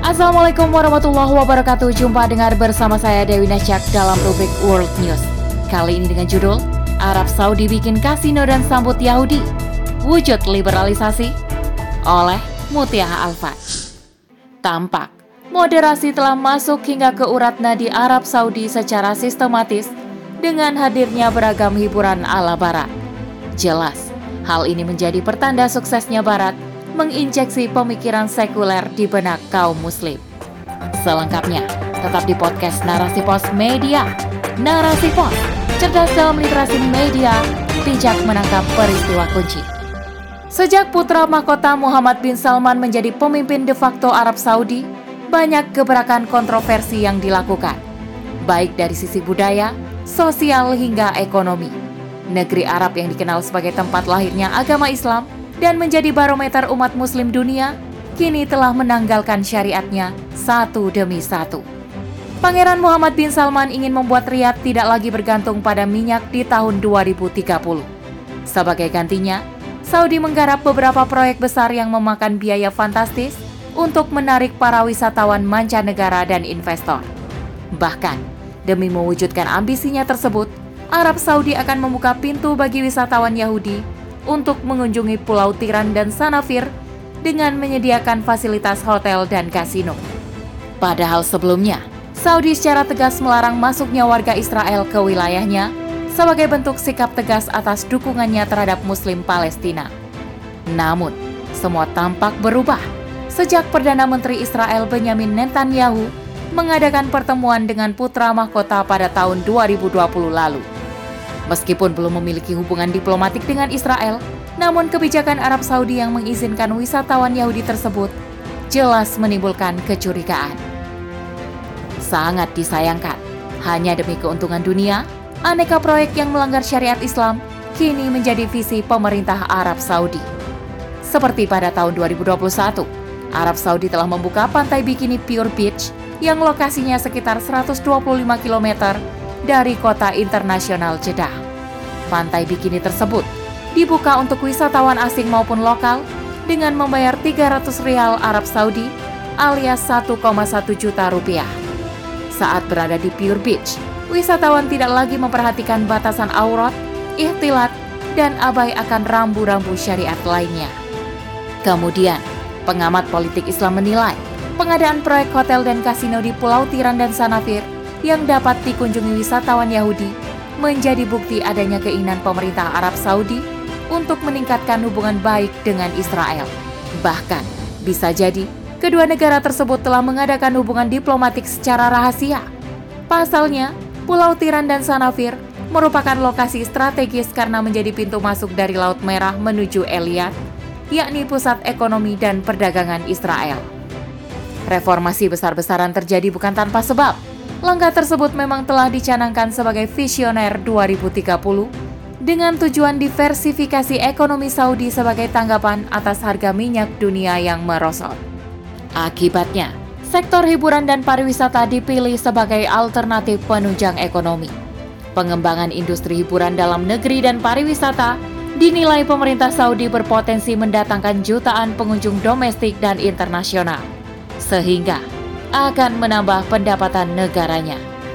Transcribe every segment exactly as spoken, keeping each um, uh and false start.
Assalamualaikum warahmatullahi wabarakatuh. Jumpa dengar bersama saya Dewi Nasyak dalam rubrik World News. Kali ini dengan judul Arab Saudi bikin kasino dan sambut Yahudi, wujud liberalisasi oleh Mutiah Alfat. Tampak moderasi telah masuk hingga ke urat nadi Arab Saudi secara sistematis dengan hadirnya beragam hiburan ala Barat. Jelas, hal ini menjadi pertanda suksesnya Barat menginjeksi pemikiran sekuler di benak kaum muslim. Selengkapnya, tetap di podcast Narasi Pos Media. Narasi Pos, cerdas dalam literasi media, bijak menangkap peristiwa kunci. Sejak putra mahkota Muhammad bin Salman menjadi pemimpin de facto Arab Saudi, banyak gebrakan kontroversi yang dilakukan, baik dari sisi budaya, sosial hingga ekonomi. Negeri Arab yang dikenal sebagai tempat lahirnya agama Islam dan menjadi barometer umat muslim dunia, kini telah menanggalkan syariatnya satu demi satu. Pangeran Muhammad bin Salman ingin membuat Riyadh tidak lagi bergantung pada minyak di tahun dua ribu tiga puluh. Sebagai gantinya, Saudi menggarap beberapa proyek besar yang memakan biaya fantastis untuk menarik para wisatawan mancanegara dan investor. Bahkan, demi mewujudkan ambisinya tersebut, Arab Saudi akan membuka pintu bagi wisatawan Yahudi untuk mengunjungi Pulau Tiran dan Sanafir dengan menyediakan fasilitas hotel dan kasino. Padahal sebelumnya, Saudi secara tegas melarang masuknya warga Israel ke wilayahnya sebagai bentuk sikap tegas atas dukungannya terhadap Muslim Palestina. Namun, semua tampak berubah sejak Perdana Menteri Israel Benyamin Netanyahu mengadakan pertemuan dengan putra mahkota pada tahun dua ribu dua puluh lalu. Meskipun belum memiliki hubungan diplomatik dengan Israel, namun kebijakan Arab Saudi yang mengizinkan wisatawan Yahudi tersebut jelas menimbulkan kecurigaan. Sangat disayangkan, hanya demi keuntungan dunia, aneka proyek yang melanggar syariat Islam kini menjadi visi pemerintah Arab Saudi. Seperti pada tahun dua ribu dua puluh satu, Arab Saudi telah membuka pantai bikini Pure Beach yang lokasinya sekitar seratus dua puluh lima kilometer dari kota internasional Jeddah. Pantai bikini tersebut dibuka untuk wisatawan asing maupun lokal dengan membayar tiga ratus rial Arab Saudi alias satu koma satu juta rupiah. Saat berada di Pure Beach, wisatawan tidak lagi memperhatikan batasan aurat, ikhtilat, dan abai akan rambu-rambu syariat lainnya. Kemudian, pengamat politik Islam menilai pengadaan proyek hotel dan kasino di Pulau Tiran dan Sanafir yang dapat dikunjungi wisatawan Yahudi menjadi bukti adanya keinginan pemerintah Arab Saudi untuk meningkatkan hubungan baik dengan Israel. Bahkan, bisa jadi kedua negara tersebut telah mengadakan hubungan diplomatik secara rahasia. Pasalnya, Pulau Tiran dan Sanafir merupakan lokasi strategis karena menjadi pintu masuk dari Laut Merah menuju Elyad, yakni pusat ekonomi dan perdagangan Israel. Reformasi besar-besaran terjadi bukan tanpa sebab. Langkah tersebut memang telah dicanangkan sebagai visioner dua ribu tiga puluh dengan tujuan diversifikasi ekonomi Saudi sebagai tanggapan atas harga minyak dunia yang merosot. Akibatnya, sektor hiburan dan pariwisata dipilih sebagai alternatif penunjang ekonomi. Pengembangan industri hiburan dalam negeri dan pariwisata dinilai pemerintah Saudi berpotensi mendatangkan jutaan pengunjung domestik dan internasional, sehingga akan menambah pendapatan negaranya.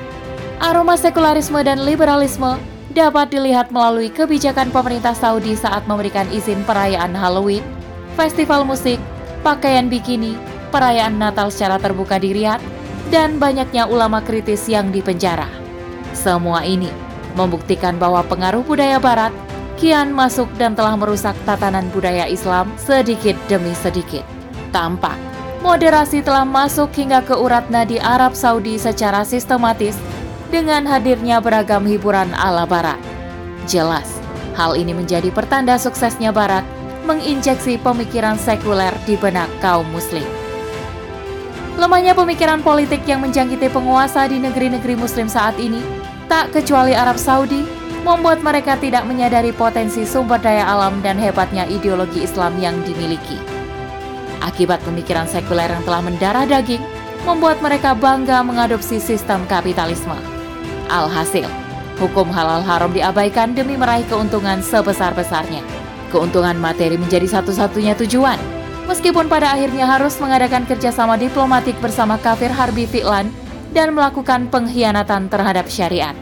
Aroma sekularisme dan liberalisme dapat dilihat melalui kebijakan pemerintah Saudi saat memberikan izin perayaan Halloween, festival musik, pakaian bikini, perayaan Natal secara terbuka di Riyadh, dan banyaknya ulama kritis yang dipenjara. Semua ini membuktikan bahwa pengaruh budaya Barat kian masuk dan telah merusak tatanan budaya Islam sedikit demi sedikit. Tampak moderasi telah masuk hingga ke urat nadi Arab Saudi secara sistematis dengan hadirnya beragam hiburan ala Barat. Jelas, hal ini menjadi pertanda suksesnya Barat menginjeksi pemikiran sekuler di benak kaum muslim. Lemahnya pemikiran politik yang menjangkiti penguasa di negeri-negeri muslim saat ini, tak kecuali Arab Saudi, membuat mereka tidak menyadari potensi sumber daya alam dan hebatnya ideologi Islam yang dimiliki. Akibat pemikiran sekuler yang telah mendarah daging, membuat mereka bangga mengadopsi sistem kapitalisme. Alhasil, hukum halal haram diabaikan demi meraih keuntungan sebesar-besarnya. Keuntungan materi menjadi satu-satunya tujuan, Meskipun pada akhirnya harus mengadakan kerjasama diplomatik bersama kafir harbi Fi'lan dan melakukan pengkhianatan terhadap syariat.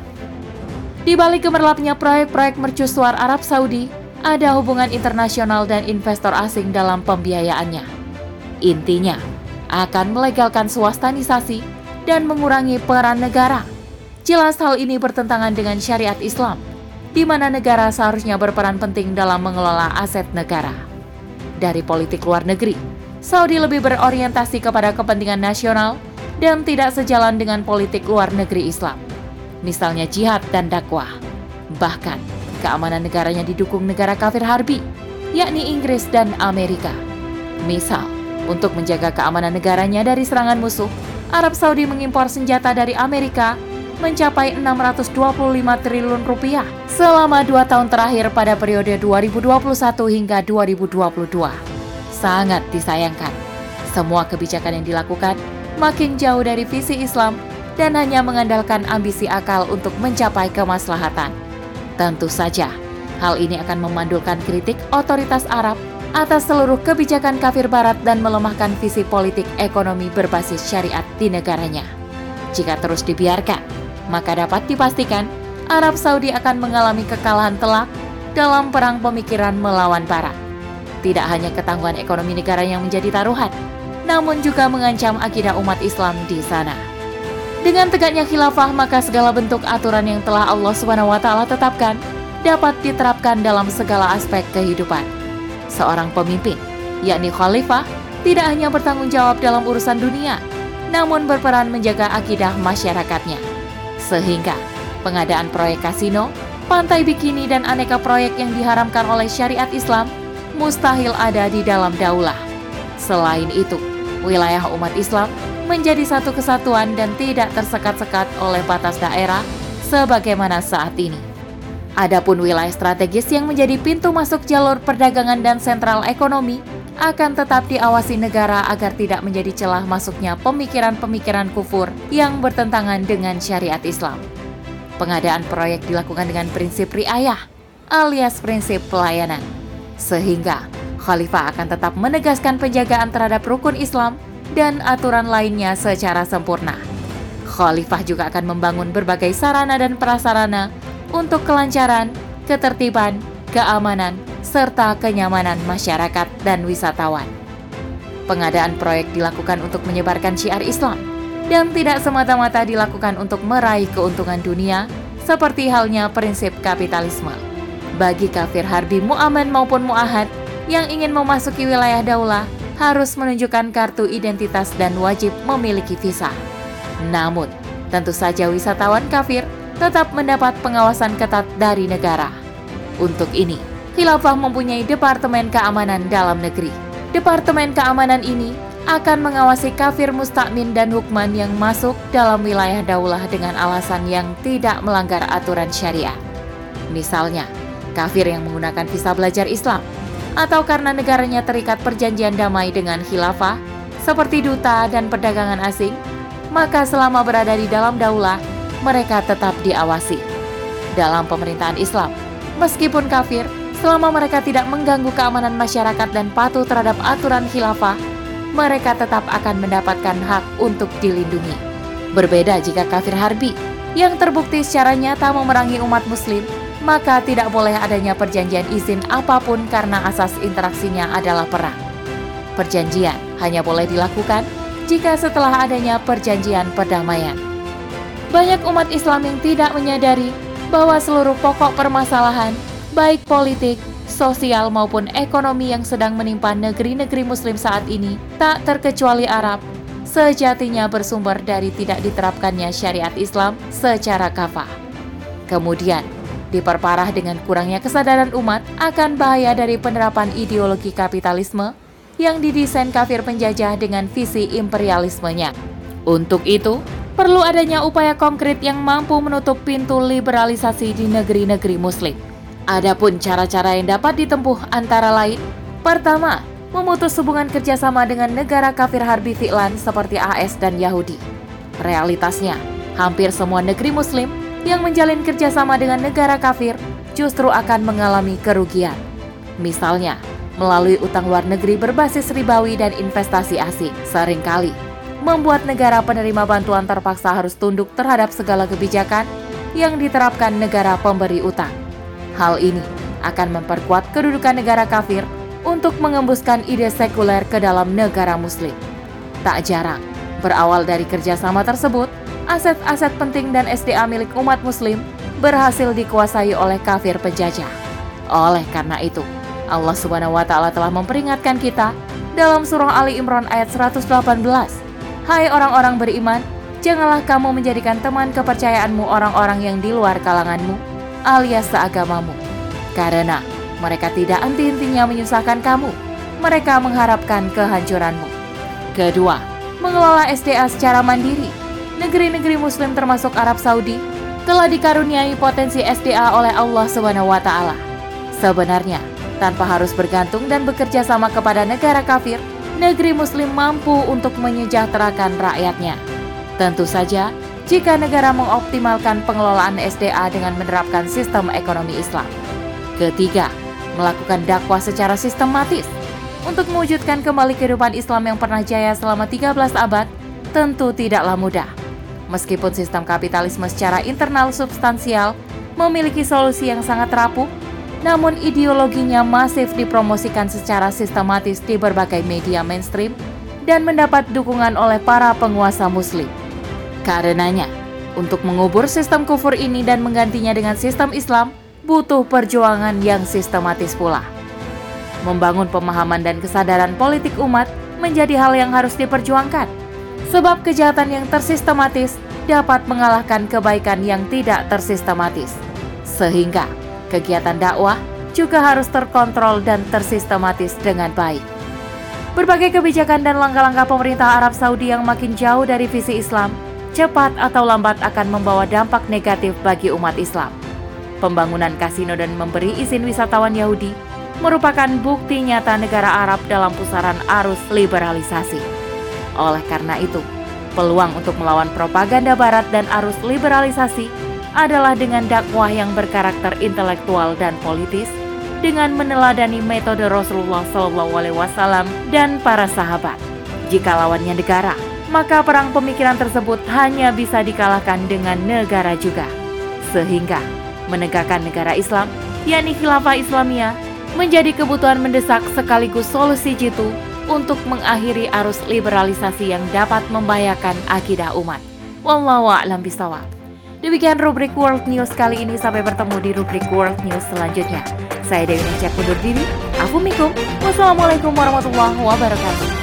Di balik gemerlapnya proyek-proyek mercusuar Arab Saudi, ada hubungan internasional dan investor asing dalam pembiayaannya. Intinya, akan melegalkan swastanisasi dan mengurangi peran negara. Jelas hal ini bertentangan dengan syariat Islam, di mana negara seharusnya berperan penting dalam mengelola aset negara. Dari politik luar negeri, Saudi lebih berorientasi kepada kepentingan nasional dan tidak sejalan dengan politik luar negeri Islam. Misalnya jihad dan dakwah. Bahkan, keamanan negaranya didukung negara kafir harbi, yakni Inggris dan Amerika. Misal, untuk menjaga keamanan negaranya dari serangan musuh, Arab Saudi mengimpor senjata dari Amerika mencapai enam ratus dua puluh lima triliun rupiah selama dua tahun terakhir pada periode dua ribu dua puluh satu hingga dua ribu dua puluh dua. Sangat disayangkan, semua kebijakan yang dilakukan makin jauh dari visi Islam dan hanya mengandalkan ambisi akal untuk mencapai kemaslahatan. Tentu saja, hal ini akan memandulkan kritik otoritas Arab atas seluruh kebijakan kafir barat dan melemahkan visi politik ekonomi berbasis syariat di negaranya. Jika terus dibiarkan, maka dapat dipastikan Arab Saudi akan mengalami kekalahan telak dalam perang pemikiran melawan Barat. Tidak hanya ketangguhan ekonomi negara yang menjadi taruhan, namun juga mengancam akidah umat Islam di sana. Dengan tegaknya khilafah, maka segala bentuk aturan yang telah Allah subhanahu wa taala tetapkan dapat diterapkan dalam segala aspek kehidupan. Seorang pemimpin, yakni khalifah, tidak hanya bertanggung jawab dalam urusan dunia, namun berperan menjaga akidah masyarakatnya. Sehingga pengadaan proyek kasino, pantai bikini, dan aneka proyek yang diharamkan oleh syariat Islam mustahil ada di dalam daulah. Selain itu, wilayah umat Islam menjadi satu kesatuan dan tidak tersekat-sekat oleh batas daerah sebagaimana saat ini. Adapun wilayah strategis yang menjadi pintu masuk jalur perdagangan dan sentral ekonomi akan tetap diawasi negara agar tidak menjadi celah masuknya pemikiran-pemikiran kufur yang bertentangan dengan syariat Islam. Pengadaan proyek dilakukan dengan prinsip riayah alias prinsip pelayanan, sehingga khalifah akan tetap menegaskan penjagaan terhadap rukun Islam dan aturan lainnya secara sempurna. Khalifah juga akan membangun berbagai sarana dan prasarana untuk kelancaran, ketertiban, keamanan, serta kenyamanan masyarakat dan wisatawan. Pengadaan proyek dilakukan untuk menyebarkan syiar Islam dan tidak semata-mata dilakukan untuk meraih keuntungan dunia seperti halnya prinsip kapitalisme. Bagi kafir harbi mu'aman maupun mu'ahad yang ingin memasuki wilayah daulah harus menunjukkan kartu identitas dan wajib memiliki visa. Namun, tentu saja wisatawan kafir tetap mendapat pengawasan ketat dari negara. Untuk ini, khilafah mempunyai Departemen Keamanan Dalam Negeri. Departemen keamanan ini akan mengawasi kafir mustakmin dan hukman yang masuk dalam wilayah daulah dengan alasan yang tidak melanggar aturan syariat. Misalnya, kafir yang menggunakan visa belajar Islam, atau karena negaranya terikat perjanjian damai dengan khilafah, seperti duta dan perdagangan asing, maka selama berada di dalam daulah, mereka tetap diawasi. Dalam pemerintahan Islam, meskipun kafir, selama mereka tidak mengganggu keamanan masyarakat dan patuh terhadap aturan khilafah, mereka tetap akan mendapatkan hak untuk dilindungi. Berbeda jika kafir harbi, yang terbukti secara nyata memerangi umat muslim, maka tidak boleh adanya perjanjian izin apapun karena asas interaksinya adalah perang. Perjanjian hanya boleh dilakukan jika setelah adanya perjanjian perdamaian. Banyak umat Islam yang tidak menyadari bahwa seluruh pokok permasalahan, baik politik, sosial maupun ekonomi yang sedang menimpa negeri-negeri muslim saat ini, tak terkecuali Arab, sejatinya bersumber dari tidak diterapkannya syariat Islam secara kafah. Kemudian, diperparah dengan kurangnya kesadaran umat akan bahaya dari penerapan ideologi kapitalisme yang didesain kafir penjajah dengan visi imperialismenya. Untuk itu, perlu adanya upaya konkret yang mampu menutup pintu liberalisasi di negeri-negeri muslim. Adapun cara-cara yang dapat ditempuh antara lain, pertama, memutus hubungan kerjasama dengan negara kafir harbi Fi'lan seperti A S dan Yahudi. Realitasnya, hampir semua negeri muslim yang menjalin kerjasama dengan negara kafir justru akan mengalami kerugian. Misalnya, melalui utang luar negeri berbasis ribawi dan investasi asing seringkali membuat negara penerima bantuan terpaksa harus tunduk terhadap segala kebijakan yang diterapkan negara pemberi utang. Hal ini akan memperkuat kedudukan negara kafir untuk mengembuskan ide sekuler ke dalam negara muslim. Tak jarang, berawal dari kerjasama tersebut, aset-aset penting dan S D A milik umat muslim berhasil dikuasai oleh kafir penjajah. Oleh karena itu, Allah Subhanahu wa Ta'ala telah memperingatkan kita dalam surah Ali Imran ayat seratus delapan belas. Hai orang-orang beriman, janganlah kamu menjadikan teman kepercayaanmu orang-orang yang di luar kalanganmu, alias seagamamu. Karena mereka tidak henti-hentinya menyusahkan kamu, mereka mengharapkan kehancuranmu. Kedua, mengelola S D A secara mandiri. Negeri-negeri muslim termasuk Arab Saudi telah dikaruniai potensi S D A oleh Allah Subhanahu wa Ta'ala. Sebenarnya, tanpa harus bergantung dan bekerja sama kepada negara kafir, negeri muslim mampu untuk menyejahterakan rakyatnya. Tentu saja, jika negara mengoptimalkan pengelolaan S D A dengan menerapkan sistem ekonomi Islam. Ketiga, melakukan dakwah secara sistematis. Untuk mewujudkan kembali kehidupan Islam yang pernah jaya selama tiga belas abad, tentu tidaklah mudah. Meskipun sistem kapitalisme secara internal substansial memiliki solusi yang sangat rapuh, namun ideologinya masif dipromosikan secara sistematis di berbagai media mainstream dan mendapat dukungan oleh para penguasa muslim. Karenanya, untuk mengubur sistem kufur ini dan menggantinya dengan sistem Islam, butuh perjuangan yang sistematis pula. Membangun pemahaman dan kesadaran politik umat menjadi hal yang harus diperjuangkan, sebab kejahatan yang tersistematis dapat mengalahkan kebaikan yang tidak tersistematis. Sehingga kegiatan dakwah juga harus terkontrol dan tersistematis dengan baik. Berbagai kebijakan dan langkah-langkah pemerintah Arab Saudi yang makin jauh dari visi Islam, cepat atau lambat akan membawa dampak negatif bagi umat Islam. Pembangunan kasino dan memberi izin wisatawan Yahudi merupakan bukti nyata negara Arab dalam pusaran arus liberalisasi. Oleh karena itu, peluang untuk melawan propaganda Barat dan arus liberalisasi adalah dengan dakwah yang berkarakter intelektual dan politis, dengan meneladani metode Rasulullah shallallahu alaihi wasallam dan para sahabat. Jika lawannya negara, maka perang pemikiran tersebut hanya bisa dikalahkan dengan negara juga. Sehingga menegakkan negara Islam, yakni Khilafah Islamiyah, menjadi kebutuhan mendesak sekaligus solusi jitu untuk mengakhiri arus liberalisasi yang dapat membahayakan akidah umat. Wallahu a'lam bishawab. Demikian rubrik World News kali ini, sampai bertemu di rubrik World News selanjutnya. Saya Dewi Najak undur diri. Assalamualaikum warahmatullahi wabarakatuh.